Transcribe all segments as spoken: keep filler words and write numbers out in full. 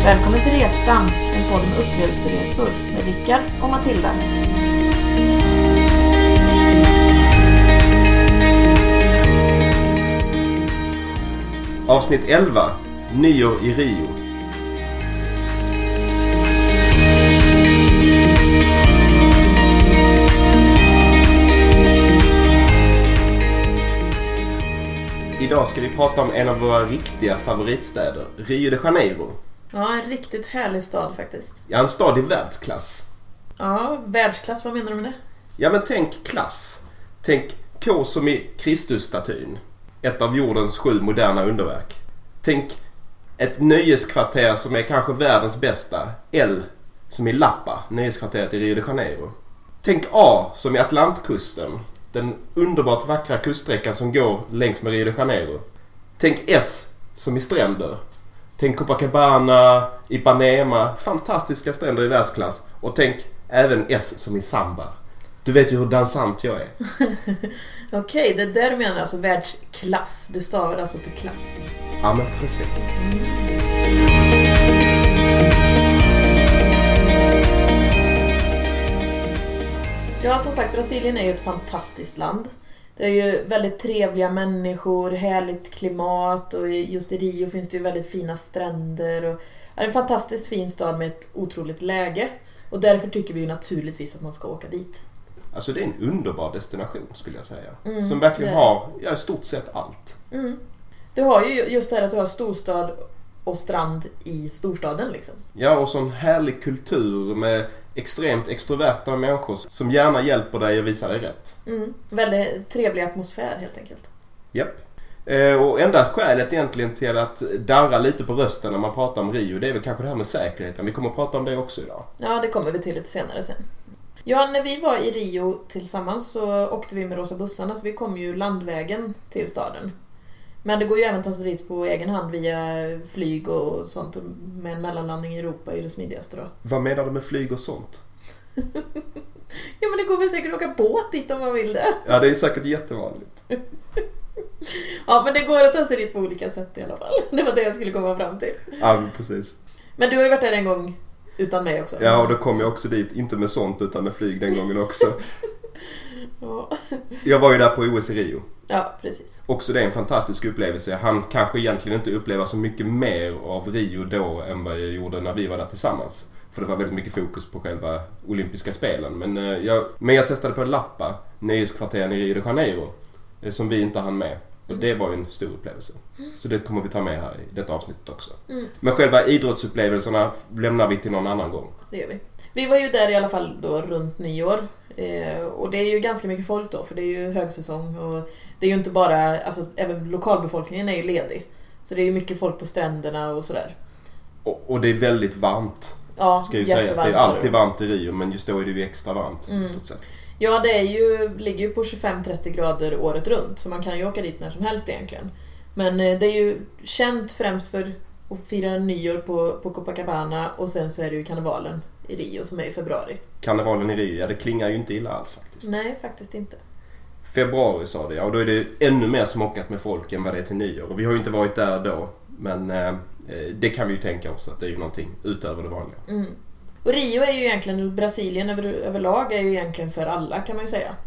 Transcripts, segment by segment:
Välkommen till Restan, en podd med upplevelseresor med Rickard och Matilda. Avsnitt elva, Nyår i Rio. Idag ska vi prata om en av våra riktiga favoritstäder, Rio de Janeiro. Ja, en riktigt härlig stad faktiskt. Ja, en stad i världsklass. Ja, världsklass, vad menar du med det? Ja, men tänk klass. Tänk K som i Kristusstatyn. Ett av jordens sju moderna underverk. Tänk ett nöjeskvarter som är kanske världens bästa. L som i Lapa, nöjeskvarteret i Rio de Janeiro. Tänk A som i Atlantkusten. Den underbart vackra kuststräckan som går längs med Rio de Janeiro. Tänk S som i stränder. Tänk Copacabana, Ipanema, fantastiska stränder i världsklass. Och tänk även S som i samba. Du vet ju hur dansant jag är. Okej, det där du menar alltså världsklass. Du stavar alltså till klass. Ja, men precis. Mm. Ja, som sagt, Brasilien är ju ett fantastiskt land. Det är ju väldigt trevliga människor, härligt klimat och just i Rio finns det ju väldigt fina stränder. Och det är en fantastiskt fin stad med ett otroligt läge. Och därför tycker vi ju naturligtvis att man ska åka dit. Alltså det är en underbar destination skulle jag säga. Mm, som verkligen det. har ja, i stort sett allt. Mm. Du har ju just det här att du har storstad och strand i storstaden liksom. Ja, och sån härlig kultur med extremt extroverta människor som gärna hjälper dig att visa dig rätt. Mm. Väldigt trevlig atmosfär helt enkelt. Japp. Eh, och enda skälet egentligen till att darra lite på rösten när man pratar om Rio, det är väl kanske det här med säkerheten. Vi kommer att prata om det också idag. Ja, det kommer vi till lite senare sen. Ja, när vi var i Rio tillsammans så åkte vi med rosa bussarna, så vi kom ju landvägen till staden. Men det går ju även att ta sig dit på egen hand via flyg och sånt, med en mellanlandning i Europa är det smidigaste då. Vad menar du med flyg och sånt? Ja, men det går väl säkert att åka båt dit om man vill det. Ja, det är säkert jättevanligt. Ja, men det går att ta sig dit på olika sätt i alla fall. Det var det jag skulle komma fram till. Ja, precis. Men du har ju varit där en gång utan mig också. Ja, och då kom jag också dit, inte med sånt utan med flyg den gången också. Ja. Jag var ju där på O S i Rio. Ja, precis. Också det är en fantastisk upplevelse. Han kanske egentligen inte uppleva så mycket mer av Rio då än vad jag gjorde när vi var där tillsammans. För det var väldigt mycket fokus på själva olympiska spelen. Men, eh, jag, men jag testade på Lapa, nöjeskvarteren i Rio de Janeiro, eh, som vi inte hann med. Och det var ju en stor upplevelse. Mm. Så det kommer vi ta med här i detta avsnittet också. Mm. Men själva idrottsupplevelserna lämnar vi till någon annan gång. Det gör vi. Vi var ju där i alla fall då runt nyår. Eh, och det är ju ganska mycket folk då, för det är ju högsäsong. Och det är ju inte bara, alltså även lokalbefolkningen är ju ledig. Så det är ju mycket folk på stränderna och sådär. Och, och det är väldigt varmt. Ja, ska ju sägas. Det är alltid varmt i Rio, men just då är det ju extra varmt. Mm. Stort sett. Ja, det är ju, ligger ju på tjugofem till trettio grader året runt. Så man kan ju åka dit när som helst egentligen. Men det är ju känt främst för att fira nyår på, på Copacabana. Och sen så är det ju karnevalen i Rio som är i februari. Karnevalen i Rio, ja det klingar ju inte illa alls faktiskt. Nej, faktiskt inte. Februari sa det, ja. Och då är det ännu mer småkat med folk än vad det är till nyår. Och vi har ju inte varit där då. Men eh, det kan vi ju tänka oss att det är ju någonting utöver det vanliga. Mm. Och Rio är ju egentligen, Brasilien över, överlag är ju egentligen för alla kan man ju säga.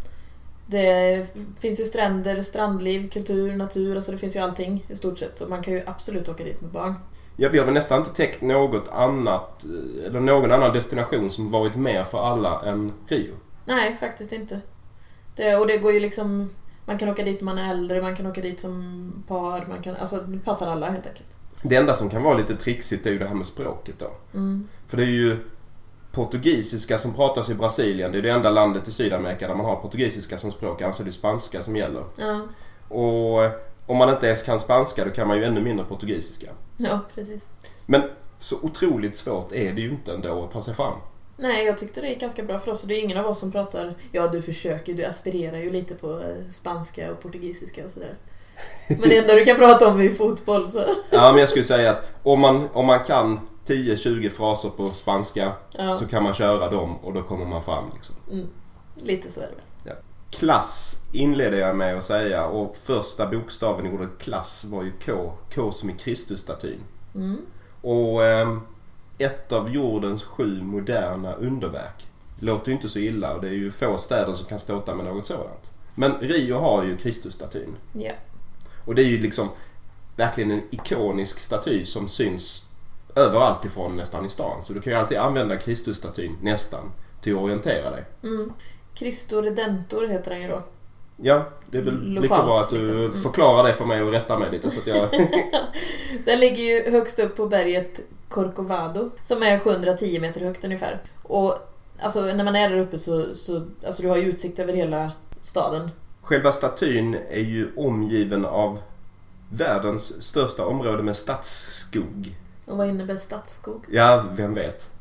Det finns ju stränder, strandliv, kultur, natur, alltså det finns ju allting i stort sett. Och man kan ju absolut åka dit med barn. Ja, vi har väl nästan inte täckt något annat, eller någon annan destination som varit mer för alla än Rio. Nej, faktiskt inte. Det, och det går ju liksom, man kan åka dit om man är äldre, man kan åka dit som par, man kan, alltså det passar alla helt enkelt. Det enda som kan vara lite trixigt är ju det här med språket då. Mm. För det är ju portugisiska som pratas i Brasilien. Det är det enda landet i Sydamerika där man har portugisiska som språk. Alltså det är spanska som gäller. Ja. Och om man inte ens kan spanska då kan man ju ännu mindre portugisiska. Ja, precis. Men så otroligt svårt är det ju inte ändå att ta sig fram. Nej, jag tyckte det gick ganska bra för oss. Och det är ingen av oss som pratar... Ja, du försöker, du aspirerar ju lite på spanska och portugisiska och sådär. Men det enda du kan prata om är fotboll så... Ja, men jag skulle säga att om man, om man kan tio tjugo fraser på spanska ja. Så kan man köra dem och då kommer man fram liksom. Mm. Lite så är det väl. Ja. Klass inledde jag med att säga och första bokstaven i ordet klass var ju K. K som i Kristusstatyn. Mm. Och eh, ett av jordens sju moderna underverk. Det låter ju inte så illa och det är ju få städer som kan ståta med något sådant. Men Rio har ju Kristusstatyn. Ja. Yeah. Och det är ju liksom verkligen en ikonisk staty som syns överallt ifrån nästan i stan. Så du kan ju alltid använda Kristusstatyn nästan till att orientera dig. Mm. Cristo Redentor heter den ju då. Ja, det är väl Lokalt, lika bra att du liksom. mm. förklarar det för mig och rättar mig lite så att jag... Den ligger ju högst upp på berget Corcovado som är sjuhundratio meter högt ungefär. Och alltså, när man är där uppe så, så alltså, du har ju utsikt över hela staden. Själva statyn är ju omgiven av världens största område med stadsskog. Och vad innebär stadsskog? Ja, vem vet.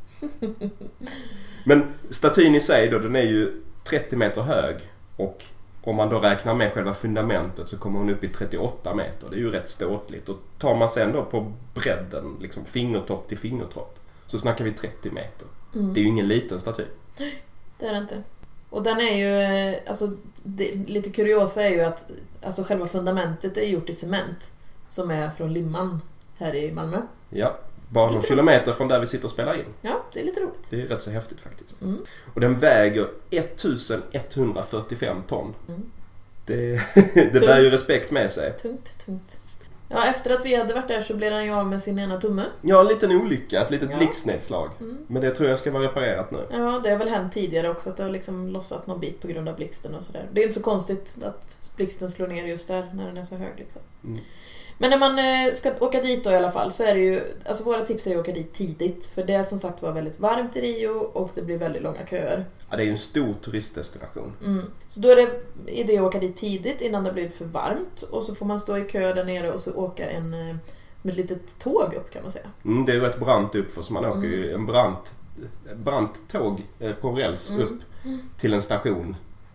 Men statyn i sig då, den är ju trettio meter hög och om man då räknar med själva fundamentet så kommer hon upp i trettioåtta meter. Det är ju rätt ståtligt. Och tar man sen då på bredden, liksom fingertopp till fingertopp, så snackar vi trettio meter. Mm. Det är ju ingen liten staty. Det är det inte. Och den är ju, alltså det, lite kuriosa är ju att alltså själva fundamentet är gjort i cement som är från Limman här i Malmö. Ja, bara några kilometer från där vi sitter och spelar in. Ja, det är lite roligt. Det är rätt så häftigt faktiskt. Mm. Och den väger eltonhundrafyrtiofem ton. Mm. Det, det bär ju respekt med sig. Tungt, tungt. Ja, efter att vi hade varit där så blev han ju av med sin ena tumme. Ja, en liten olycka, ett litet ja. blixtnedslag. Mm. Men det tror jag ska vara reparerat nu. Ja, det har väl hänt tidigare också att det har liksom lossat någon bit på grund av blixten och sådär. Det är inte så konstigt att blixten slår ner just där när den är så hög liksom. Mm. Men när man ska åka dit då i alla fall så är det ju, alltså våra tips är att åka dit tidigt. För det är som sagt var väldigt varmt i Rio och det blir väldigt långa köer. Ja, det är ju en stor turistdestination. Mm. Så då är det idé att åka dit tidigt innan det blir för varmt. Och så får man stå i kö där nere och så åka en, som ett litet tåg upp kan man säga. Mm, det är ju rätt brant upp för så man åker ju en brant, brant tåg på räls upp mm. till en station.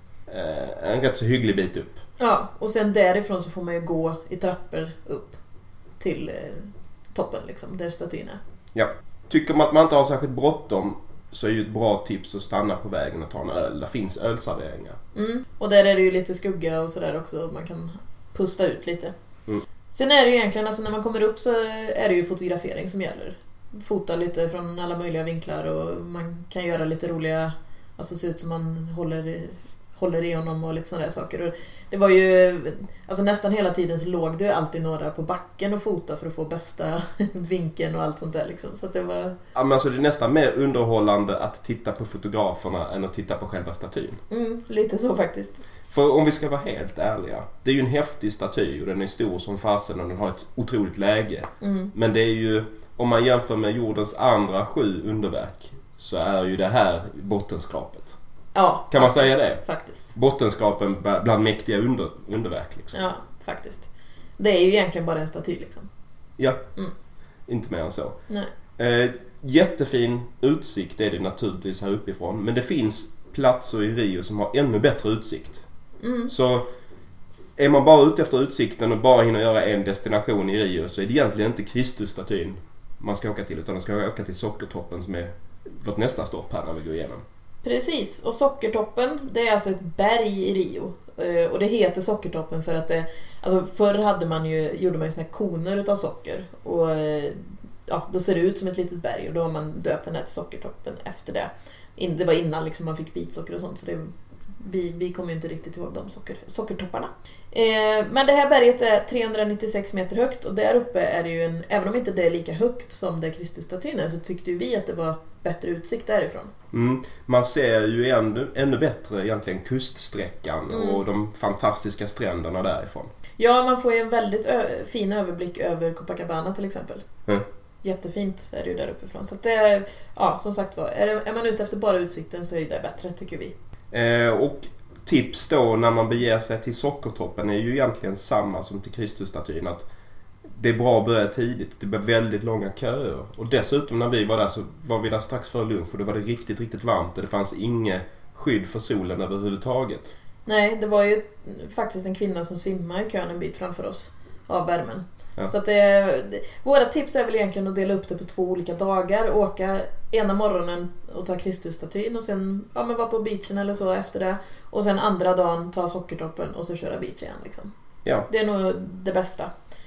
En rätt så hygglig bit upp. Ja, och sen därifrån så får man ju gå i trappor upp till eh, toppen liksom, där statyn är. Ja, tycker man att man inte har särskilt bråttom så är ju ett bra tips att stanna på vägen och ta en öl. Där finns ölserveringar. Mm. Och där är det ju lite skugga och sådär också, man kan pusta ut lite. Mm. Sen är det ju egentligen, alltså när man kommer upp så är det ju fotografering som gäller. Fota lite från alla möjliga vinklar och man kan göra lite roliga, alltså se ut som man håller håller i honom och lite sådana där saker. Och det var ju, alltså nästan hela tiden så låg det ju alltid några på backen och fota för att få bästa vinkeln och allt sånt där liksom. Så att det var... Ja, men alltså det är nästan mer underhållande att titta på fotograferna än att titta på själva statyn. Mm, lite så faktiskt. För om vi ska vara helt ärliga, det är ju en häftig staty och den är stor som fasen och den har ett otroligt läge. Mm. Men det är ju, om man jämför med jordens andra sju underverk så är ju det här bottenskrapet. Ja, kan faktiskt, man säga det? Faktiskt. Bottenskapen bland mäktiga under, underverk liksom. Ja, faktiskt. Det är ju egentligen bara en staty liksom. Ja, mm. inte mer än så. Nej. Eh, jättefin utsikt är det naturligtvis här uppifrån. Men det finns platser i Rio som har ännu bättre utsikt. Mm. Så är man bara ute efter utsikten och bara hinner göra en destination i Rio så är det egentligen inte Kristusstatyn man ska åka till, utan man ska åka till Sockertoppen som är vårt nästa stopp här när vi går igenom. Precis, och Sockertoppen, det är alltså ett berg i Rio. Och det heter Sockertoppen för att det, alltså förr hade man ju, gjorde man ju såna här koner utav socker. Och ja, då ser det ut som ett litet berg och då har man döpt den här till Sockertoppen efter det. Det var innan liksom man fick bitsocker och sånt, så det, vi, vi kommer ju inte riktigt ihåg de socker, sockertopparna. Eh, men det här berget är trehundranittiosex meter högt och där uppe är det ju en, även om inte det är lika högt som där Kristusstatyn är, så tyckte ju vi att det var bättre utsikt därifrån. Mm. Man ser ju ännu, ännu bättre egentligen kuststräckan mm. och de fantastiska stränderna därifrån. Ja, man får ju en väldigt ö- fin överblick över Copacabana till exempel. Mm. Jättefint är det ju där uppifrån. Så att det är, ja, som sagt var, är, det, är man ute efter bara utsikten så är det bättre, tycker vi. Eh, och tips då när man beger sig till Sockertoppen är ju egentligen samma som till Kristusstatyn, att det är bra att börja tidigt. Det blir väldigt långa köer. Och dessutom när vi var där så var vi där strax före lunch och då var det riktigt, riktigt varmt och det fanns inget skydd för solen överhuvudtaget. Nej, det var ju faktiskt en kvinna som svimmade i kön en bit framför oss av värmen. Ja. Så att det, det, våra tips är väl egentligen att dela upp det på två olika dagar. Åka ena morgonen och ta Kristusstatyn och sen ja, men vara på beachen eller så efter det. Och sen andra dagen ta Sockertoppen och så köra beach igen liksom. Ja. Det är nog det bästa.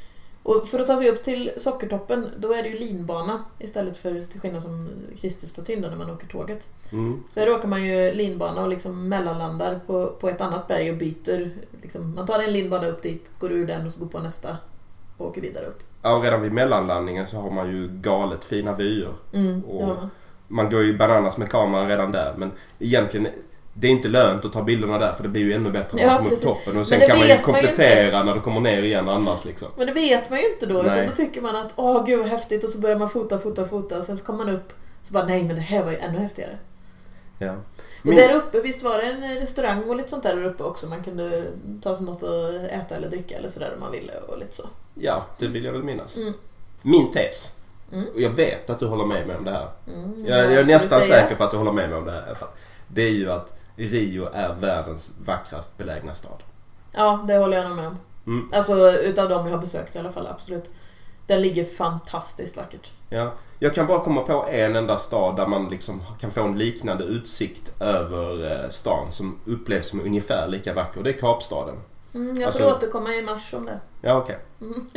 Och för att ta sig upp till Sockertoppen, då är det ju linbana istället för till skillnad som Kristusstatyn när man åker tåget. Mm. Så här åker man ju linbana och liksom mellanlandar på, på ett annat berg och byter. Liksom, man tar en linbana upp dit, går ur den och så går på nästa och åker vidare upp. Ja, redan vid mellanlandningen så har man ju galet fina vyer. Mm, det och har man. Man går ju bananas med kameran redan där, men egentligen det är inte lönt att ta bilderna där för det blir ju ännu bättre när Ja, man kommer upp precis. toppen och sen Men det kan man ju vet man ju komplettera när du kommer ner igen annars liksom. Men det vet man ju inte då, utan Nej. då tycker man att åh gud vad häftigt och så börjar man fota, fota, fota och sen så kommer man upp så bara nej men det här var ju ännu häftigare. Ja. Och Min... där uppe, visst var det en restaurang och lite sånt där, där uppe också. Man kunde ta sig något att äta eller dricka eller sådär om man ville och lite så. Ja, det vill jag väl minnas. Mm. Min tes, Mm. och jag vet att du håller med mig om det här. Mm, Jag, jag är vad nästan ska du säga? säker på att du håller med mig om det här i alla fall. Det är ju att Rio är världens vackrast belägna stad. Ja, det håller jag nog med om. Mm. Alltså utav dem jag har besökt i alla fall, absolut. Den ligger fantastiskt vackert. Ja, jag kan bara komma på en enda stad där man liksom kan få en liknande utsikt över eh, stan som upplevs som ungefär lika vacker. Och det är Kapstaden. Mm, jag får Alltså- återkomma i mars om det. Ja, okej. Mm.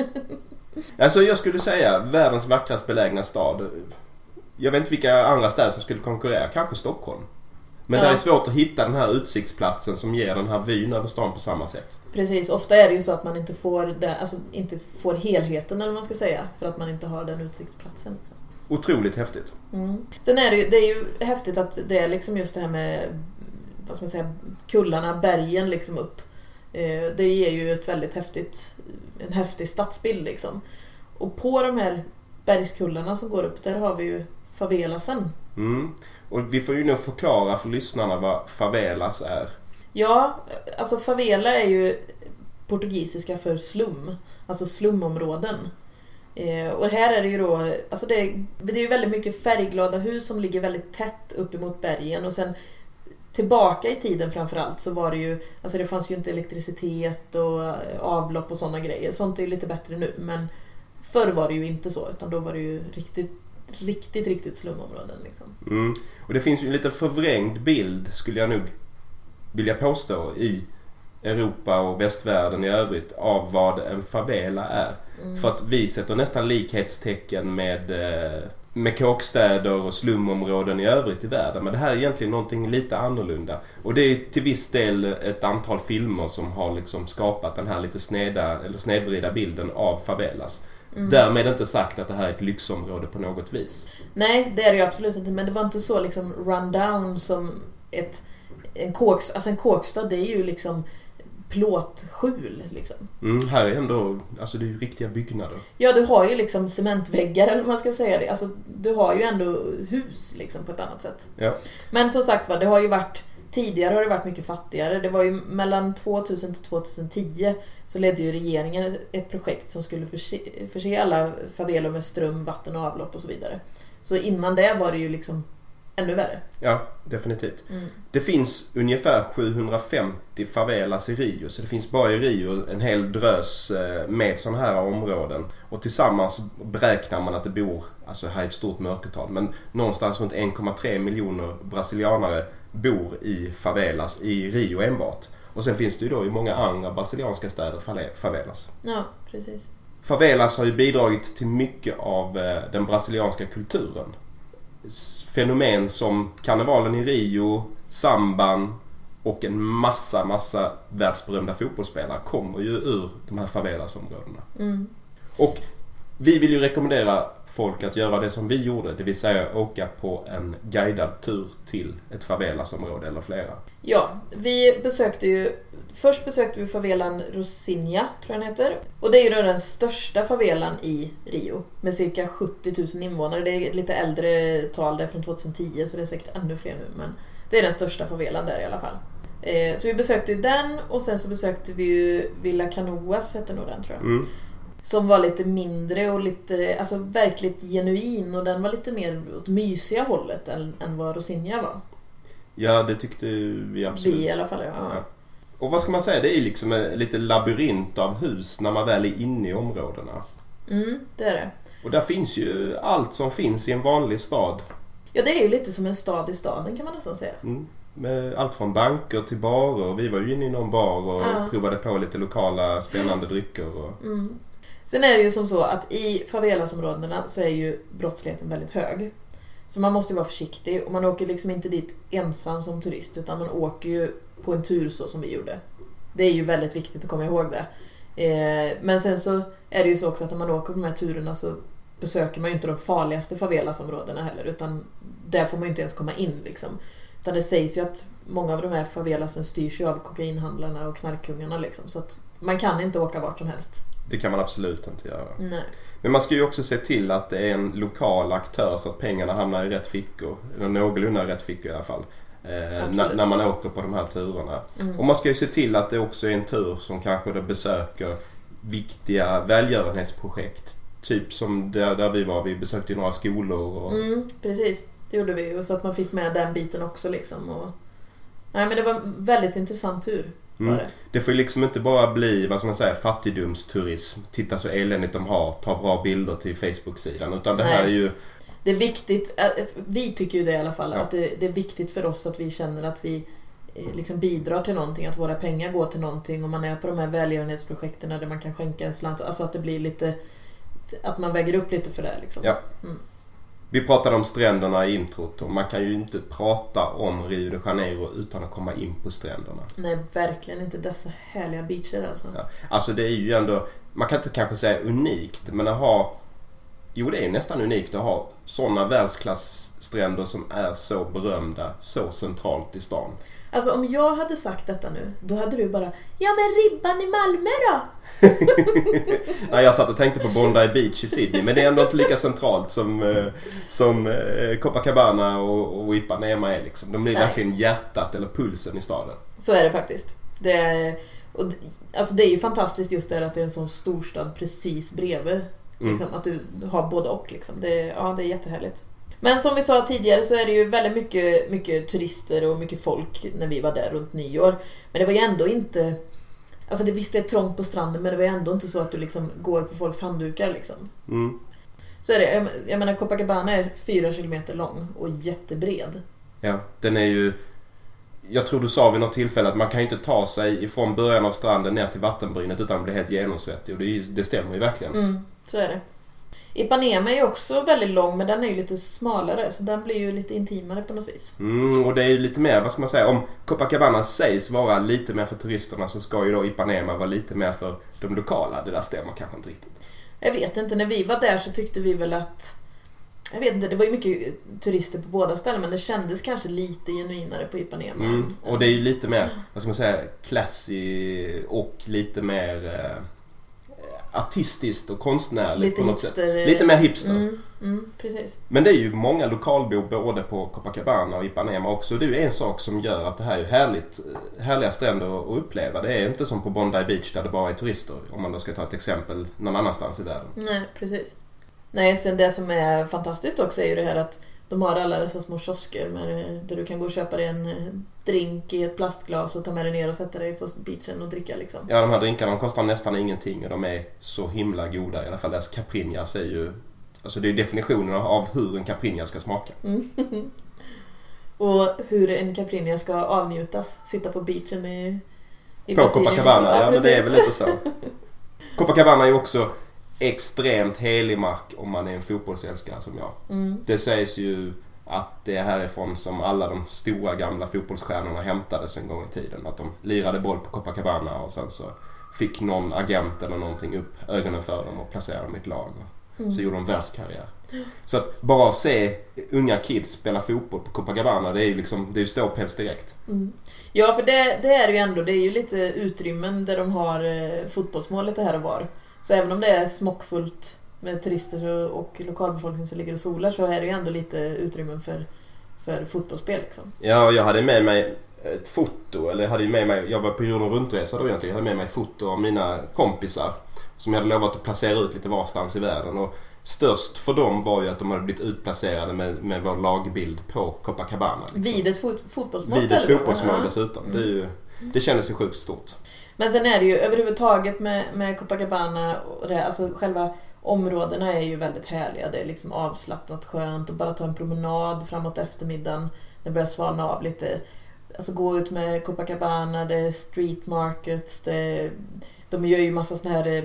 Alltså jag skulle säga världens vackrast belägna stad. Jag vet inte vilka andra städer som skulle konkurrera. Kanske Stockholm. Men Ja. det är svårt att hitta den här utsiktsplatsen som ger den här vyn över stan på samma sätt. Precis, ofta är det ju så att man inte får, det, alltså, inte får helheten eller vad man ska säga, för att man inte har den utsiktsplatsen. Liksom. Otroligt häftigt. Mm. Sen är det ju, det är ju häftigt att det är liksom just det här med, vad ska man säga, kullarna, bergen liksom upp. Eh, det ger ju ett väldigt häftigt, en häftig stadsbild liksom. Och på de här bergskullarna som går upp, där har vi ju favelasen. Mm. Och vi får ju nog förklara för lyssnarna vad favelas är. Ja, alltså favela är ju portugisiska för slum, alltså slumområden. Eh, och här är det ju då, alltså det är, det är ju väldigt mycket färgglada hus som ligger väldigt tätt upp emot bergen, och sen tillbaka i tiden framförallt så var det ju, alltså det fanns ju inte elektricitet och avlopp och sådana grejer. Sånt är ju lite bättre nu, men förr var det ju inte så, utan då var det ju riktigt riktigt, riktigt slumområden liksom. Mm. Och det finns ju en lite förvrängd bild, skulle jag nog vilja påstå, i Europa och västvärlden i övrigt av vad en favela är. Mm. För att vi sätter nästan likhetstecken med, med kåkstäder och slumområden i övrigt i världen. Men det här är egentligen någonting lite annorlunda. Och det är till viss del ett antal filmer som har liksom skapat den här lite sneda, eller snedvrida bilden av favelas. Mm. Därmed inte sagt att det här är ett lyxområde på något vis. Nej, det är det ju absolut inte. Men det var inte så liksom rundown som ett, en, kåks, alltså en kåkstad. Det är ju liksom plåtskjul liksom. Mm, här är ändå, alltså det är ju riktiga byggnader. Ja, du har ju liksom cementväggar, eller man ska säga det. Alltså, du har ju ändå hus liksom på ett annat sätt. Ja. Men som sagt, va, det har ju varit, tidigare har det varit mycket fattigare. Det var ju mellan tvåtusen till tjugohundratio så ledde ju regeringen ett projekt som skulle förse, förse alla favelor med ström, vatten och avlopp och så vidare. Så innan det var det ju liksom ännu värre. Ja, definitivt. Mm. Det finns ungefär sjuhundrafemtio favelas i Rio, så det finns bara i Rio en hel drös med sådana här områden. Och tillsammans beräknar man att det bor, alltså här är ett stort mörkertal, men någonstans runt en komma tre miljoner brasilianare bor i favelas i Rio enbart. Och sen finns det ju då i många andra brasilianska städer favelas. Ja, precis. Favelas har ju bidragit till mycket av den brasilianska kulturen. Fenomen som karnevalen i Rio, samban och en massa, massa världsberömda fotbollsspelare kommer ju ur de här favelasområdena. Mm. Och vi vill ju rekommendera folk att göra det som vi gjorde, det vill säga åka på en guidad tur till ett favelasområde eller flera. Ja, vi besökte ju, först besökte vi favelan Rocinha, tror jag den heter. Och det är ju då den största favelan i Rio, med cirka sjuttio tusen invånare. Det är ett lite äldre tal där från tjugohundratio, så det är säkert ännu fler nu, men det är den största favelan där i alla fall. Eh, så vi besökte ju den, och sen så besökte vi ju Villa Canoas, heter nog den tror jag. Mm. Som var lite mindre och lite, alltså verkligt genuin, och den var lite mer åt mysiga hållet än, än vad Rocinha var. Ja, det tyckte vi absolut. Vi i alla fall, ja. Ja. Och vad ska man säga, det är ju liksom en lite labyrint av hus när man väl är inne i områdena. Mm, det är det. Och där finns ju allt som finns i en vanlig stad. Ja, det är ju lite som en stad i staden, kan man nästan säga. Mm. Med allt från banker till barer. Vi var ju inne i någon bar och ja. provade på lite lokala spännande drycker. Och... Mm. Sen är det ju som så att i favelasområdena så är ju brottsligheten väldigt hög. Så man måste ju vara försiktig och man åker liksom inte dit ensam som turist utan man åker ju på en tur så som vi gjorde. Det är ju väldigt viktigt att komma ihåg det. Eh, men sen så är det ju så också att när man åker på de här turerna så besöker man ju inte de farligaste favelasområdena heller utan där får man ju inte ens komma in liksom. Utan det sägs ju att många av de här favelasen styrs ju av kokainhandlarna och knarkungarna liksom. Så att man kan inte åka vart som helst. Det kan man absolut inte göra. Nej. Men man ska ju också se till att det är en lokal aktör så att pengarna hamnar i rätt fickor. Eller någorlunda i rätt fickor i alla fall. Eh, när, när man åker på de här turerna. Mm. Och man ska ju se till att det också är en tur som kanske då besöker viktiga välgörenhetsprojekt. Typ som där, där vi var. Vi besökte några skolor. Och... Mm, precis, det gjorde vi. Och så att man fick med den biten också liksom. Och... Nej, men det var en väldigt intressant tur. Mm. Det. det får ju liksom inte bara bli, vad ska man säga, fattigdomsturism. Titta så eländigt de har, ta bra bilder till Facebook-sidan. Utan det Nej. här är ju... Det är viktigt, vi tycker ju det i alla fall, ja. att det, det är viktigt för oss att vi känner att vi liksom bidrar till någonting, att våra pengar går till någonting och man är på de här välgörenhetsprojekten där man kan skänka en slant, alltså att det blir lite, att man väger upp lite för det liksom. Ja. Mm. Vi pratade om stränderna i introt och man kan ju inte prata om Rio de Janeiro utan att komma in på stränderna. Nej, verkligen inte dessa härliga beacher alltså. Ja. Alltså det är ju ändå, man kan inte kanske säga unikt, men att ha, jo det är nästan unikt att ha sådana världsklassstränder som är så berömda, så centralt i stan. Alltså om jag hade sagt detta nu, då hade du bara, ja men ribban i Malmö då? Nej, jag satt och tänkte på Bondi Beach i Sydney, men det är ändå inte lika centralt som, som Copacabana och, och Ipanema är liksom. De blir Nej. verkligen hjärtat eller pulsen i staden. Så är det faktiskt. Det är, och, alltså det är ju fantastiskt just det att det är en sån storstad precis bredvid. Mm. Liksom, att du har både och liksom. Det, ja, det är jättehärligt. Men som vi sa tidigare så är det ju väldigt mycket, mycket turister och mycket folk när vi var där runt nyår. Men det var ju ändå inte... Alltså det visst är trångt på stranden, men det var ju ändå inte så att du liksom går på folks handdukar liksom. Mm. Så är det. Jag, jag menar, Copacabana är fyra kilometer lång och jättebred. Ja, den är ju... Jag tror du sa vid något tillfälle att man kan inte ta sig ifrån början av stranden ner till vattenbrynet utan att bli helt genomsvettig. Och det, det stämmer ju verkligen. Mm, så är det. Ipanema är ju också väldigt lång, men den är ju lite smalare, så den blir ju lite intimare på något vis. Mm, och det är ju lite mer, vad ska man säga, om Copacabana sägs vara lite mer för turisterna så ska ju då Ipanema vara lite mer för de lokala. Det där stämmer kanske inte riktigt. Jag vet inte, när vi var där så tyckte vi väl att, jag vet inte, det var ju mycket turister på båda ställen, men det kändes kanske lite genuinare på Ipanema. Mm, och det är ju lite mer, vad ska man säga, classy och lite mer... Eh, artistiskt och konstnärligt lite på något hipster, sätt. Lite mer hipster. Mm, mm, precis. Men det är ju många lokalbor både på Copacabana och Ipanema också. Det är ju en sak som gör att det här är härligt, härliga stränder att uppleva. Det är inte som på Bondi Beach där det bara är turister, om man då ska ta ett exempel någon annanstans i världen. Nej, precis. Nej, sen det som är fantastiskt också är ju det här att de har alla dessa små kiosker med, där du kan gå och köpa dig en drink i ett plastglas och ta med dig ner och sätta dig på beachen och dricka liksom. Ja, de här drinkarna de kostar nästan ingenting och de är så himla goda. I alla fall deras caipirinhas är ju... Alltså det är definitionen av hur en caipirinha ska smaka. Mm. Och hur en caipirinha ska avnjutas. Sitta på beachen i, i På Copacabana, ja, ja men det är väl lite så. Copacabana är ju också extremt helig mark om man är en fotbollsälskare som jag. Mm. Det sägs ju att det är härifrån som alla de stora gamla fotbollsstjärnorna hämtades en gång i tiden. Att de lirade boll på Copacabana och sen så fick någon agent eller någonting upp ögonen för dem och placerade dem i ett lag. Och mm. så gjorde de världskarriär. Så att bara se unga kids spela fotboll på Copacabana, det är ju liksom, det är ju ståpäls direkt. Mm. Ja, för det, det är ju ändå, det är ju lite utrymmen där de har eh, fotbollsmål lite här och var. Så även om det är smockfullt med turister och, och lokalbefolkning som ligger och solar så är det ju ändå lite utrymmen för, för fotbollsspel liksom. Ja, jag hade med mig ett foto, eller jag hade med mig, jag var på jorden runtresa då egentligen, jag hade med mig foto av mina kompisar som jag hade lovat att placera ut lite varstans i världen och störst för dem var ju att de hade blivit utplacerade med, med vår lagbild på Copacabana. Liksom. Vid ett fot- fotbollsmål? Vid ett fotbollsmål dessutom. Mm. Det, är ju, det kändes ju sjukt stort. Men sen är det ju överhuvudtaget med, med Copacabana och det, alltså själva områdena är ju väldigt härliga. Det är liksom avslappnat, skönt och bara ta en promenad framåt eftermiddagen. Det börjar svalna av lite. Alltså gå ut med Copacabana, det är street markets, det, de gör ju massa såna här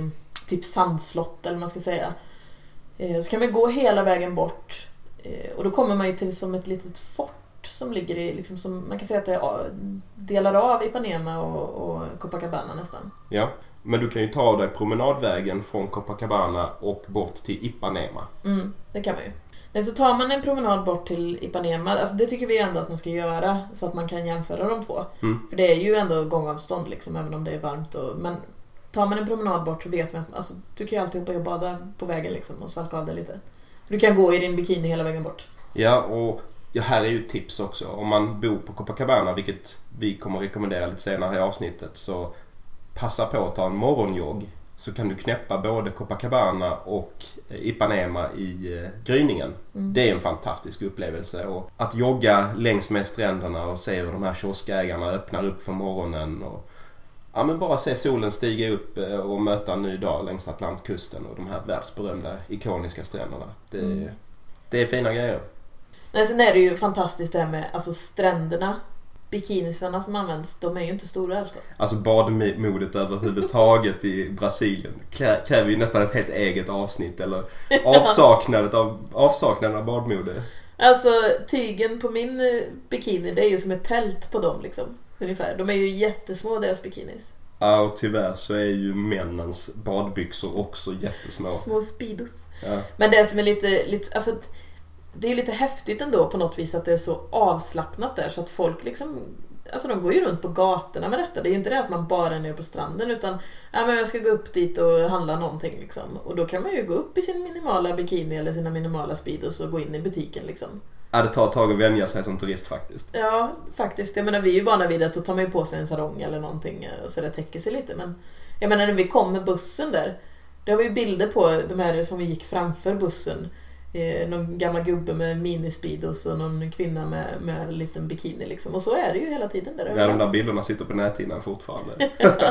typ sandslott eller man ska säga. Eh, så kan man gå hela vägen bort eh, och då kommer man ju till som ett litet fort som ligger i, liksom som man kan säga att det delar av Ipanema och, och Copacabana nästan. Ja, men du kan ju ta dig promenadvägen från Copacabana och bort till Ipanema. Mm, det kan man ju. Nej, så tar man en promenad bort till Ipanema, alltså det tycker vi ändå att man ska göra så att man kan jämföra de två. Mm. För det är ju ändå gångavstånd liksom, även om det är varmt. Och, men tar man en promenad bort så vet man att alltså, du kan ju alltid hoppa och bada på vägen liksom, och svalka av det lite. Du kan gå i din bikini hela vägen bort. Ja, och ja, här är ju tips också. Om man bor på Copacabana, vilket vi kommer att rekommendera lite senare i avsnittet, så passa på att ta en morgonjogg. Så kan du knäppa både Copacabana och Ipanema i gryningen. Mm. Det är en fantastisk upplevelse. Och att jogga längs med stränderna och se hur de här kioskägarna öppnar upp för morgonen. Och ja, men bara se solen stiga upp och möta en ny dag längs Atlantkusten och de här världsberömda ikoniska stränderna. Det, mm. det är fina grejer. Nej, sen är det ju fantastiskt det här med alltså stränderna. Bikinisarna som används, de är ju inte stora alltså. Alltså badmodet överhuvudtaget i Brasilien kräver ju nästan ett helt eget avsnitt. Eller avsaknadet av, avsaknaden av badmode. Alltså tygen på min bikini, det är ju som ett tält på dem liksom. Ungefär. De är ju jättesmå, deras bikinis. Ja, och tyvärr så är ju männens badbyxor också jättesmå. Små speedos. Ja. Men det som är lite, lite alltså det är lite häftigt ändå på något vis att det är så avslappnat där så att folk liksom, alltså de går ju runt på gatorna med detta. Det är ju inte det att man bara är nere på stranden utan ja, men jag ska gå upp dit och handla någonting liksom. Och då kan man ju gå upp i sin minimala bikini eller sina minimala speedos och gå in i butiken liksom. Ja, det tar ett tag att vänja sig som turist faktiskt. Ja, faktiskt. Jag menar, vi är ju vana vid att då tar man ju på sig en sarong eller någonting så det täcker sig lite. Men jag menar, när vi kom med bussen där, det har vi ju bilder på de här som vi gick framför bussen. Eh, någon gammal gubbe med minispeedos och någon kvinna med, med en liten bikini liksom. Och så är det ju hela tiden där. Ja, de där bilderna sitter på näthinnan fortfarande.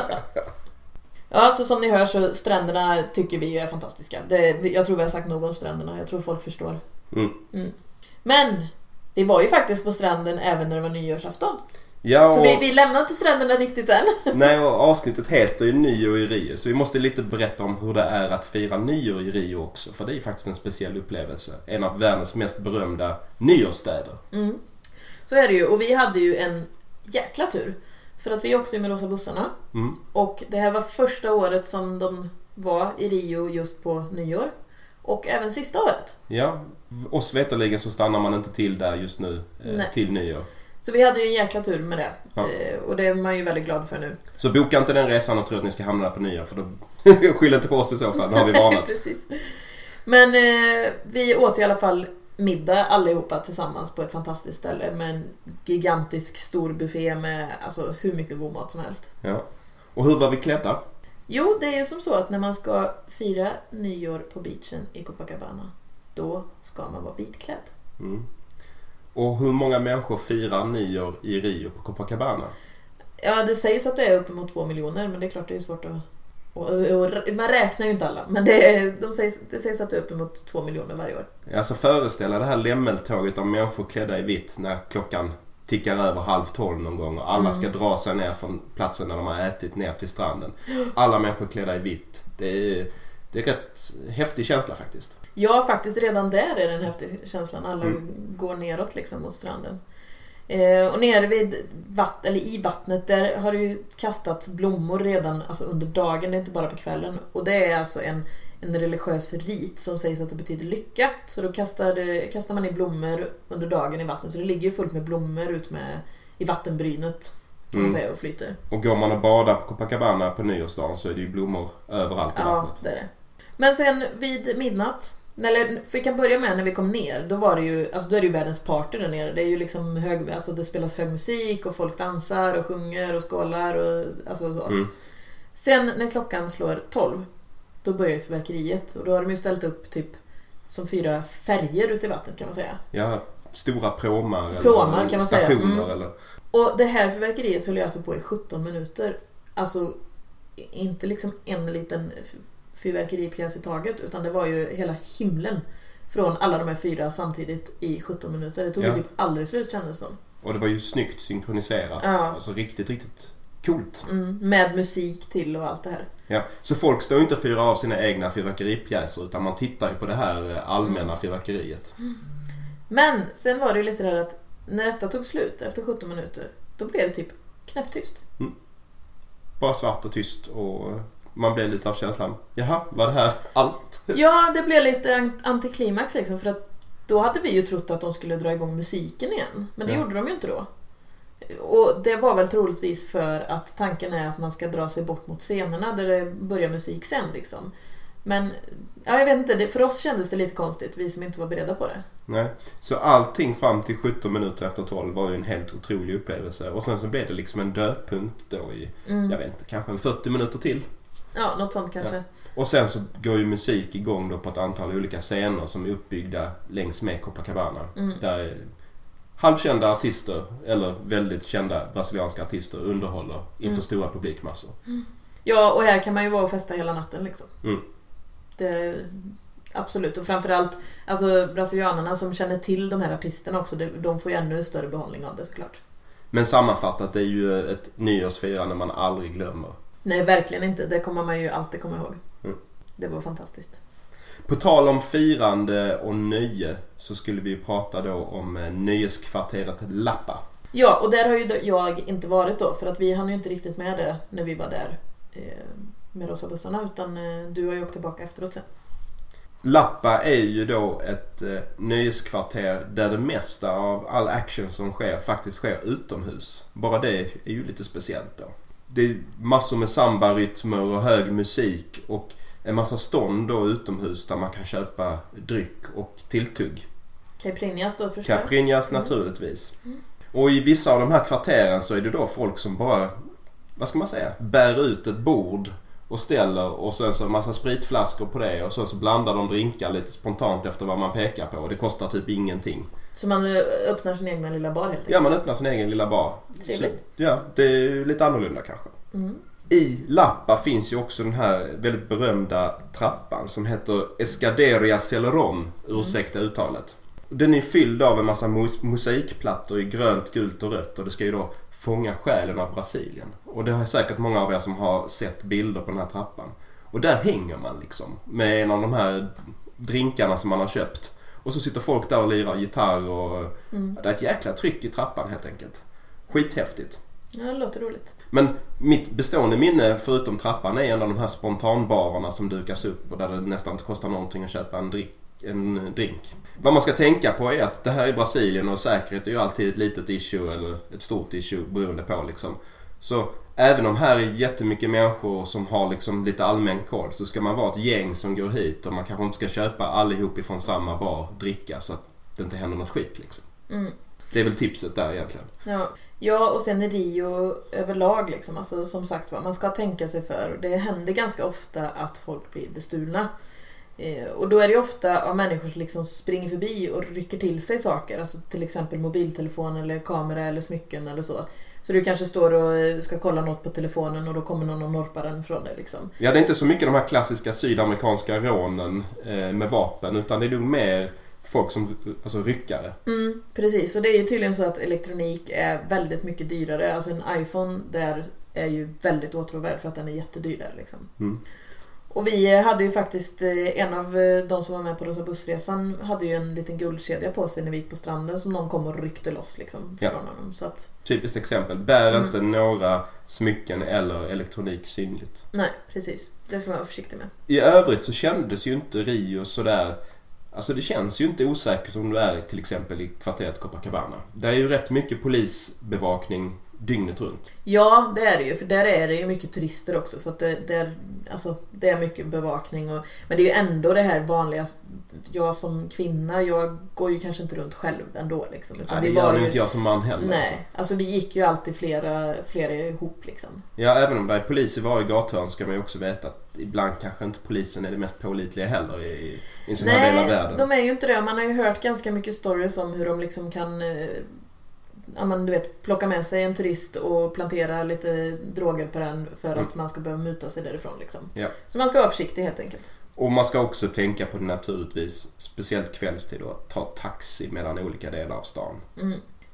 Ja, så som ni hör så stränderna tycker vi är fantastiska. Det, jag tror vi har sagt nog om stränderna. Jag tror folk förstår. Mm. Mm. Men vi var ju faktiskt på stranden även när det var nyårsafton. Ja, och... Så vi, vi lämnar inte stränderna riktigt än. Nej, och avsnittet heter ju Nyår i Rio. Så vi måste lite berätta om hur det är att fira nyår i Rio också. För det är ju faktiskt en speciell upplevelse. En av världens mest berömda nyårsstäder. Mm. Så är det ju. Och vi hade ju en jäkla tur. För att vi åkte med rosa bussarna. Mm. Och det här var första året som de var i Rio just på nyår. Och även sista året. Ja, oss veterligen så stannar man inte till där just nu eh, till nyår. Så vi hade ju en jäkla tur med det. Ja. Eh, och det är man ju väldigt glad för nu. Så boka inte den resan och tro att ni ska hamna där på nyår. För då skyller inte på oss i så fall, då har vi varnat. Precis. Men eh, vi åt i alla fall middag allihopa tillsammans på ett fantastiskt ställe. Med en gigantisk stor buffé med alltså, hur mycket god mat som helst. Ja. Och hur var vi klädda? Jo, det är ju som så att när man ska fira nyår på beachen i Copacabana, då ska man vara vitklädd. Mm. Och hur många människor firar nyår i Rio på Copacabana? Ja, det sägs att det är uppemot två miljoner, men det är klart det är svårt att... Och, och, man räknar ju inte alla, men det, är, de sägs, det sägs att det är uppemot två miljoner varje år. Alltså föreställa det här lämmeltåget av människor klädda i vitt när klockan tickar över halv tolv någon gång och alla ska mm. dra sig ner från platsen där de har ätit ner till stranden. Alla människor klädda i vitt. Det är, det är rätt häftig känsla faktiskt. Ja, faktiskt redan där är det en häftig känslan. Alla mm. går neråt liksom mot stranden. Eh, och nere vid vatt, eller i vattnet där har det ju kastats blommor redan alltså under dagen, det är inte bara på kvällen. Och det är alltså en, en religiös rit som sägs att det betyder lycka. Så då kastar, kastar man i blommor under dagen i vattnet. Så det ligger ju fullt med blommor ut med, i vattenbrynet kan man mm. säga och flyter. Och går man och badar på Copacabana på nyårsdagen så är det ju blommor överallt i ja, vattnet. Ja, det är det. Men sen vid midnatt, eller för vi kan börja med när vi kom ner, då var det ju, alltså då är det ju världens party där nere. Det är ju liksom hög, alltså det spelas hög musik och folk dansar och sjunger och skålar och alltså så. Mm. Sen när klockan slår tolv, då börjar ju förverkeriet och då har de ju ställt upp typ som fyra färger ute i vattnet kan man säga. Ja, stora pråmar, pråmar eller kan man stationer säga. Mm. eller. Och det här förverkeriet höll jag alltså på i sjutton minuter. Alltså inte liksom en liten fyrverkeripjäs i taget, utan det var ju hela himlen från alla de här fyra samtidigt i sjutton minuter. Det tog ja. typ aldrig slut kändes som. Och det var ju snyggt synkroniserat. Ja. Alltså riktigt, riktigt Coolt. Mm, med musik till och allt det här. Ja, så folk står ju inte och fyrar av sina egna fyrverkeripjäser utan man tittar ju på det här allmänna mm. fyrverkeriet. Mm. Men sen var det ju lite där att när detta tog slut efter sjutton minuter, då blev det typ knäpptyst. Mm. Bara svart och tyst och man blev lite av känslan. Jaha, var det här allt? Ja, det blev lite antiklimax liksom, för att då hade vi ju trott att de skulle dra igång musiken igen. Men det ja. gjorde de ju inte då. Och det var väl troligtvis för att tanken är att man ska dra sig bort mot scenerna där det börjar musik sen liksom. Men ja, jag vet inte, det, för oss kändes det lite konstigt, vi som inte var beredda på det. Nej, så allting fram till sjutton minuter efter tolv var ju en helt otrolig upplevelse. Och sen så blev det liksom en dödpunkt då i, mm. jag vet inte, kanske en fyrtio minuter till. Ja, något sånt kanske. Ja. Och sen så går ju musik igång då på ett antal olika scener som är uppbyggda längs med Copacabana. Mm. Där halvkända artister eller väldigt kända brasilianska artister underhåller inför mm. stora publikmassor. Mm. Ja, och här kan man ju vara och festa hela natten liksom. Mm. Det, absolut, och framförallt alltså brasilianerna som känner till de här artisterna också, de får ju ännu större behållning av det såklart. Men sammanfattat, det är ju ett nyårsfirande man aldrig glömmer. Nej, verkligen inte. Det kommer man ju alltid komma ihåg. Mm. Det var fantastiskt. På tal om firande och nöje så skulle vi prata då om nöjeskvarteret Lapa. Ja, och där har ju jag inte varit då, för att vi hann ju inte riktigt med det när vi var där med Rosa bussarna, utan du har ju åkt tillbaka efteråt sen. Lapa är ju då ett nöjeskvarter där det mesta av all action som sker faktiskt sker utomhus. Bara det är ju lite speciellt då. Det är massor med samba-rytmer och hög musik och en massa stånd då utomhus där man kan köpa dryck och tilltugg. Caipirinhas då förstås. Caipirinhas mm. naturligtvis. Mm. Och i vissa av de här kvarteren så är det då folk som bara, vad ska man säga, bär ut ett bord och ställer och sen så en massa spritflaskor på det och sen så blandar de drinkar lite spontant efter vad man pekar på och det kostar typ ingenting. Så man öppnar sin egen lilla bar helt enkelt? Ja, man öppnar sin egen lilla bar. Trevligt. Så, ja, det är lite annorlunda kanske. Mm. I Lapa finns ju också den här väldigt berömda trappan som heter Escadaria Celeron, ursäkta uttalet. Den är fylld av en massa mus- mosaikplattor i grönt, gult och rött och det ska ju då fånga själen av Brasilien. Och det har säkert många av er som har sett bilder på den här trappan. Och där hänger man liksom med en av de här drinkarna som man har köpt. Och så sitter folk där och lirar gitarr och mm. det är ett jäkla tryck i trappan helt enkelt. Skithäftigt. Ja, det låter roligt. Men mitt bestående minne förutom trappan är en av de här spontanbarerna som dukas upp och där det nästan inte kostar någonting att köpa en drink. En drink. Vad man ska tänka på är att det här är Brasilien och säkerhet är ju alltid ett litet issue eller ett stort issue beroende på liksom. Så även om här är jättemycket människor som har liksom lite allmän koll så ska man vara ett gäng som går hit och man kanske inte ska köpa allihop ifrån samma bar dricka så att det inte händer något skit liksom. Mm. Det är väl tipset där egentligen. Ja, ja och sen i Rio överlag liksom, alltså som sagt var, man ska tänka sig för. Det händer ganska ofta att folk blir bestulna. Eh, och då är det ofta av människor som liksom springer förbi och rycker till sig saker, alltså till exempel mobiltelefon eller kamera eller smycken eller så. Så du kanske står och ska kolla något på telefonen och då kommer någon och norpar den från dig liksom. Ja, det är inte så mycket de här klassiska sydamerikanska rånen eh, med vapen utan det är nog mer folk som, alltså ryckare. Mm, precis, och det är ju tydligen så att elektronik är väldigt mycket dyrare. Alltså en iPhone där är ju väldigt åtråvärd för att den är jättedyr där liksom. Mm. Och vi hade ju faktiskt, en av de som var med på Rosa bussresan hade ju en liten guldkedja på sig när vi gick på stranden som någon kom och ryckte loss liksom från ja. honom. Så att, typiskt exempel, bär mm. inte några smycken eller elektronik synligt. Nej, precis. Det ska man vara försiktig med. I övrigt så kändes ju inte Rio sådär, alltså det känns ju inte osäkert om du är till exempel i kvarteret Copacabana. Det är ju rätt mycket polisbevakning dygnet runt. Ja, det är det ju, för där är det ju mycket turister också så att det, det, är, alltså, det är mycket bevakning och, men det är ju ändå det här vanliga, jag som kvinna, jag går ju kanske inte runt själv ändå liksom, utan ja, det vi gör var ju ju inte jag som man heller. Nej, alltså. alltså vi gick ju alltid flera, flera ihop liksom. Ja, även om det är polis i varje gathörn ska man ju också veta att ibland kanske inte polisen är det mest pålitliga heller i, i en sån här del av världen. Nej, de är ju inte det. Man har ju hört ganska mycket stories om hur de liksom kan ja, man, du vet, plocka med sig en turist och plantera lite droger på den för mm. att man ska behöva muta sig därifrån liksom. Ja. Så man ska vara försiktig helt enkelt. Och man ska också tänka på det naturligtvis, speciellt kvällstid då, att ta taxi mellan olika delar av stan. Mm.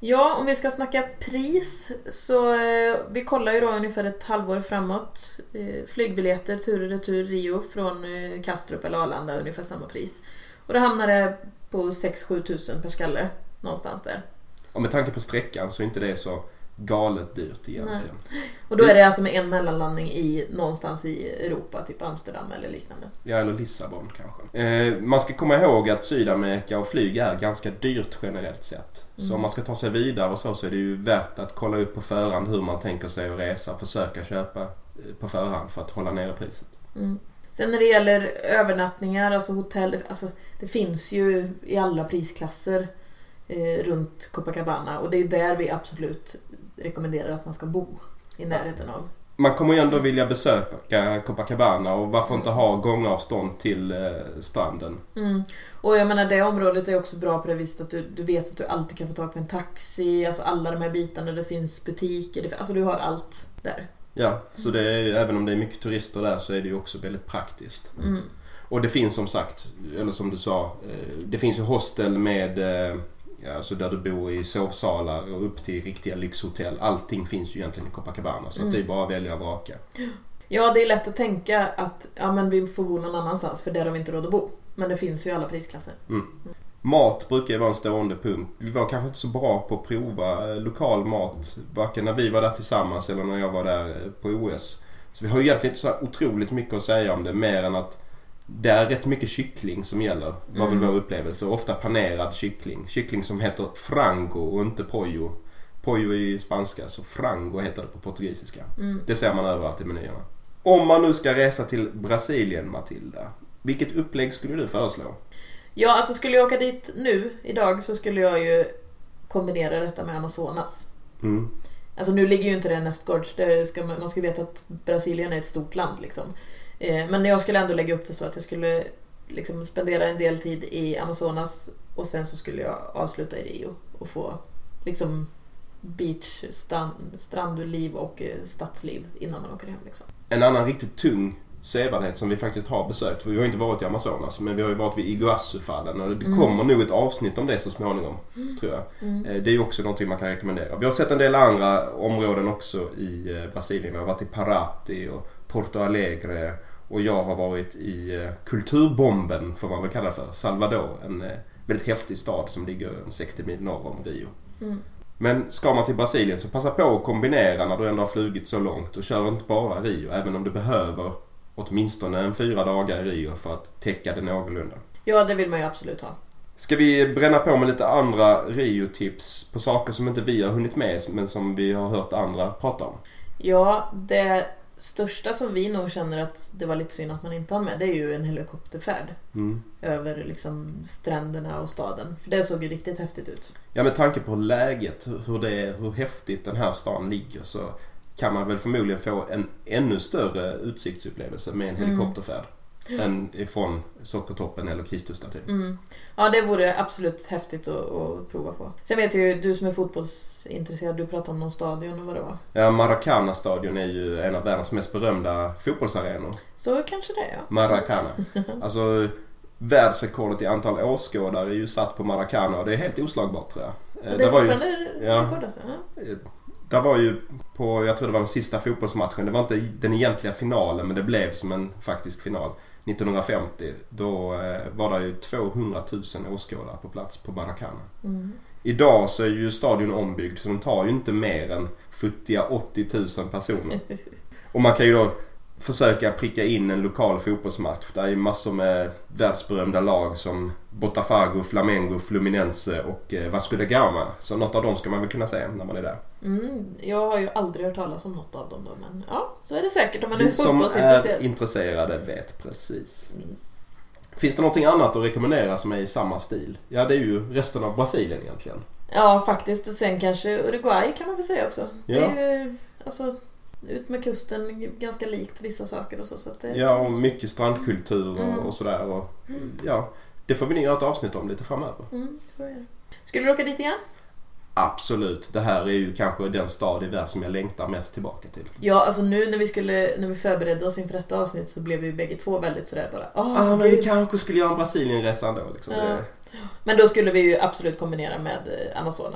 Ja, om vi ska snacka pris så eh, vi kollar ju då ungefär ett halvår framåt. Eh, flygbiljetter tur och retur Rio från eh, Kastrup eller Arlanda, ungefär samma pris. Och det hamnar det på sex till sju tusen per skalle, någonstans där. Och med tanke på sträckan så är inte det så galet dyrt egentligen. Nej. Och då är det alltså med en mellanlandning i någonstans i Europa, typ Amsterdam eller liknande. Ja, eller Lissabon kanske. Eh, man ska komma ihåg att Sydamerika och flyg är ganska dyrt generellt sett. Mm. Så om man ska ta sig vidare och så, så är det ju värt att kolla upp på förhand hur man tänker sig att resa och försöka köpa på förhand för att hålla nere priset. Mm. Sen när det gäller övernattningar, alltså hotell, alltså det finns ju i alla prisklasser eh, runt Copacabana, och det är där vi absolut rekommenderar att man ska bo i närheten av. Man kommer ju ändå vilja besöka Copacabana, och varför inte ha gångavstånd till eh, stranden. Mm. Och jag menar, det området är också bra på det viset att du, du vet att du alltid kan få tag på en taxi, alltså alla de här bitarna, det finns butiker, det, alltså du har allt där. Ja, så det är, även om det är mycket turister där så är det ju också väldigt praktiskt. Mm. Och det finns som sagt, eller som du sa, det finns ju hostel med, alltså där du bor i sovsalar och upp till riktiga lyxhotell. Allting finns ju egentligen i Copacabana, så mm. att det är bara att välja och vraka. Ja, det är lätt att tänka att ja, men vi får bo någon annanstans för där har vi inte råd att bo. Men det finns ju i alla prisklasser. Mm. Mat brukar ju vara en stående punkt. Vi var kanske inte så bra på att prova lokal mat, varken när vi var där tillsammans eller när jag var där på O S. Så vi har ju egentligen inte så otroligt mycket att säga om det, mer än att det är rätt mycket kyckling som gäller, var väl vår upplevelse. Ofta panerad kyckling. Kyckling som heter frango och inte pollo. Pollo är ju spanska, så frango heter det på portugisiska. Mm. Det ser man överallt i menyerna. Om man nu ska resa till Brasilien, Matilda, vilket upplägg skulle du föreslå? Ja, alltså skulle jag åka dit nu, idag, så skulle jag ju kombinera detta med Amazonas. Mm. Alltså nu ligger ju inte det nästgårds. Det ska man, man ska veta att Brasilien är ett stort land liksom. Eh, men jag skulle ändå lägga upp det så att jag skulle liksom spendera en del tid i Amazonas och sen så skulle jag avsluta i Rio och få liksom beach, strand, strandliv och eh, stadsliv innan man åker hem liksom. En annan riktigt tung sevärdhet som vi faktiskt har besökt, för vi har inte varit i Amazonas, men vi har ju varit vid Iguazu-fallen, och det mm. kommer nog ett avsnitt om det så småningom, mm. tror jag. Mm. Det är ju också någonting man kan rekommendera. Vi har sett en del andra områden också i Brasilien. Vi har varit i Paraty och Porto Alegre, och jag har varit i kulturbomben, får man väl kalla för, Salvador, en väldigt häftig stad som ligger sextio mil norr om Rio. Mm. Men ska man till Brasilien så passa på att kombinera när du ändå har flugit så långt, och kör inte bara Rio, även om du behöver åtminstone en fyra dagar i Rio för att täcka det någorlunda. Ja, det vill man ju absolut ha. Ska vi bränna på med lite andra Rio-tips på saker som inte vi har hunnit med men som vi har hört andra prata om? Ja, det största som vi nog känner att det var lite synd att man inte har med, det är ju en helikopterfärd mm. över liksom stränderna och staden. För det såg ju riktigt häftigt ut. Ja, med tanke på läget, hur, det är, hur häftigt den här stan ligger, så kan man väl förmodligen få en ännu större utsiktsupplevelse med en helikopterfärd mm. än ifrån Sockertoppen eller Kristusstatyn. Mm. Ja, det vore absolut häftigt att, att prova på. Sen vet jag ju, du som är fotbollsintresserad, du pratade om någon stadion och vad det var. Ja, Maracana-stadion är ju en av världens mest berömda fotbollsarenor. Så kanske det, ja. Maracana. Alltså, världsrekordet i antal åskådare är ju satt på Maracana, och det är helt oslagbart, tror jag. Och det är fortfarande ja, rekord alltså. Ja. Det var ju på, jag tror det var den sista fotbollsmatchen. Det var inte den egentliga finalen, men det blev som en faktisk final. nittonhundrafemtio, då var det ju tvåhundratusen åskådare på plats på Maracana. Mm. Idag så är ju stadion ombyggd, så de tar ju inte mer än futtiga åttio tusen personer. Och man kan ju då försöka pricka in en lokal fotbollsmatch. Det är ju massor med världsberömda lag som Botafogo, Flamengo, Fluminense och Vasco da Gama. Så något av dem ska man väl kunna se när man är där. Mm, jag har ju aldrig hört talas om något av dem då, men ja, så är det säkert om man är Vi som är intresserade vet precis. Mm. Finns det någonting annat att rekommendera som är i samma stil? Ja, det är ju resten av Brasilien egentligen. Ja, faktiskt. Och sen kanske Uruguay kan man väl säga också. Ja. Det är ju, alltså, ut med kusten, ganska likt vissa saker och så. så att det ja, och mycket strandkultur och, mm. och sådär. Och, mm. ja, det får vi nog göra ett avsnitt om lite framöver. Mm, får jag. Skulle du åka dit igen? Absolut. Det här är ju kanske den stad i världen som jag längtar mest tillbaka till. Ja, alltså nu när vi skulle när vi förberedde oss inför detta avsnitt så blev vi bägge två väldigt sådär bara. Åh, ah, men vi kanske skulle göra en Brasilienresa ändå liksom. Ja. Men då skulle vi ju absolut kombinera med Amazonas.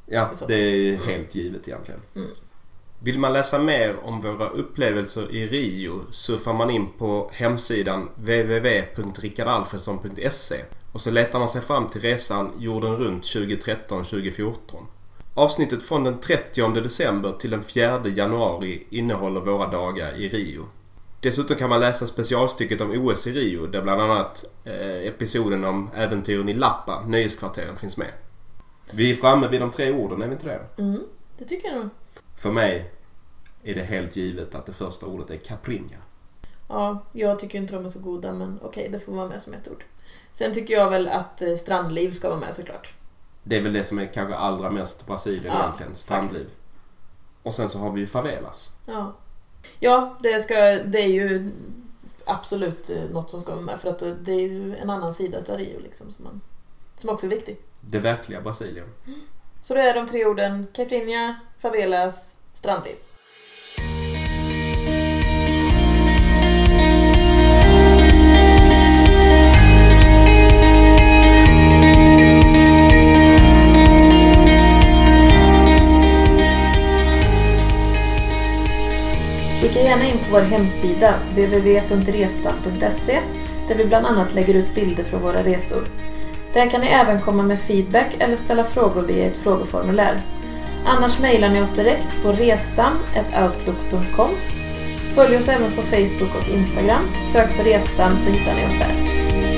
Ja, det är mm. helt givet egentligen. Mm. Vill man läsa mer om våra upplevelser i Rio surfar man in på hemsidan w w w punkt rickard alfredsson punkt s e och så letar man sig fram till resan jorden runt tjugo tretton till tjugo fjorton. Avsnittet från den trettionde december till den fjärde januari innehåller våra dagar i Rio. Dessutom kan man läsa specialstycket om O S i Rio där bland annat eh, episoden om äventyren i Lappa, nöjeskvarteren, finns med. Vi är framme vid de tre orden, är vi inte det? Mm, det tycker jag nog. För mig är det helt givet att det första ordet är caipirinha. Ja, jag tycker inte de är så goda, men okej, det får vara med som ett ord. Sen tycker jag väl att eh, strandliv ska vara med såklart. Det är väl det som är kanske allra mest Brasilien ja, egentligen, strandliv. Faktiskt. Och sen så har vi ju favelas. Ja, ja det, ska, det är ju absolut något som ska vara med, för att det är ju en annan sida av Rio liksom, som, man, som också är viktig. Det verkliga Brasilien. Mm. Så det är de tre orden: caipirinha, favelas, strandliv. Kika gärna in på vår hemsida w w w punkt restam punkt s e där vi bland annat lägger ut bilder från våra resor. Där kan ni även komma med feedback eller ställa frågor via ett frågeformulär. Annars mejlar ni oss direkt på restam at outlook punkt com. Följ oss även på Facebook och Instagram. Sök på Restam så hittar ni oss där.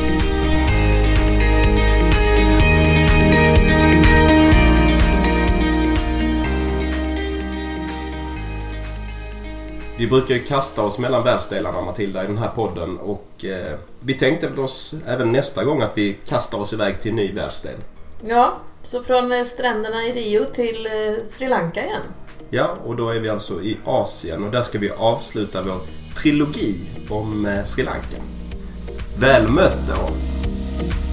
Vi brukar ju kasta oss mellan världsdelarna, Matilda, i den här podden. Och eh, vi tänkte oss även nästa gång att vi kastar oss iväg till en ny världsdel. Ja, så från stränderna i Rio till eh, Sri Lanka igen. Ja, och då är vi alltså i Asien och där ska vi avsluta vår trilogi om eh, Sri Lanka. Väl mött då!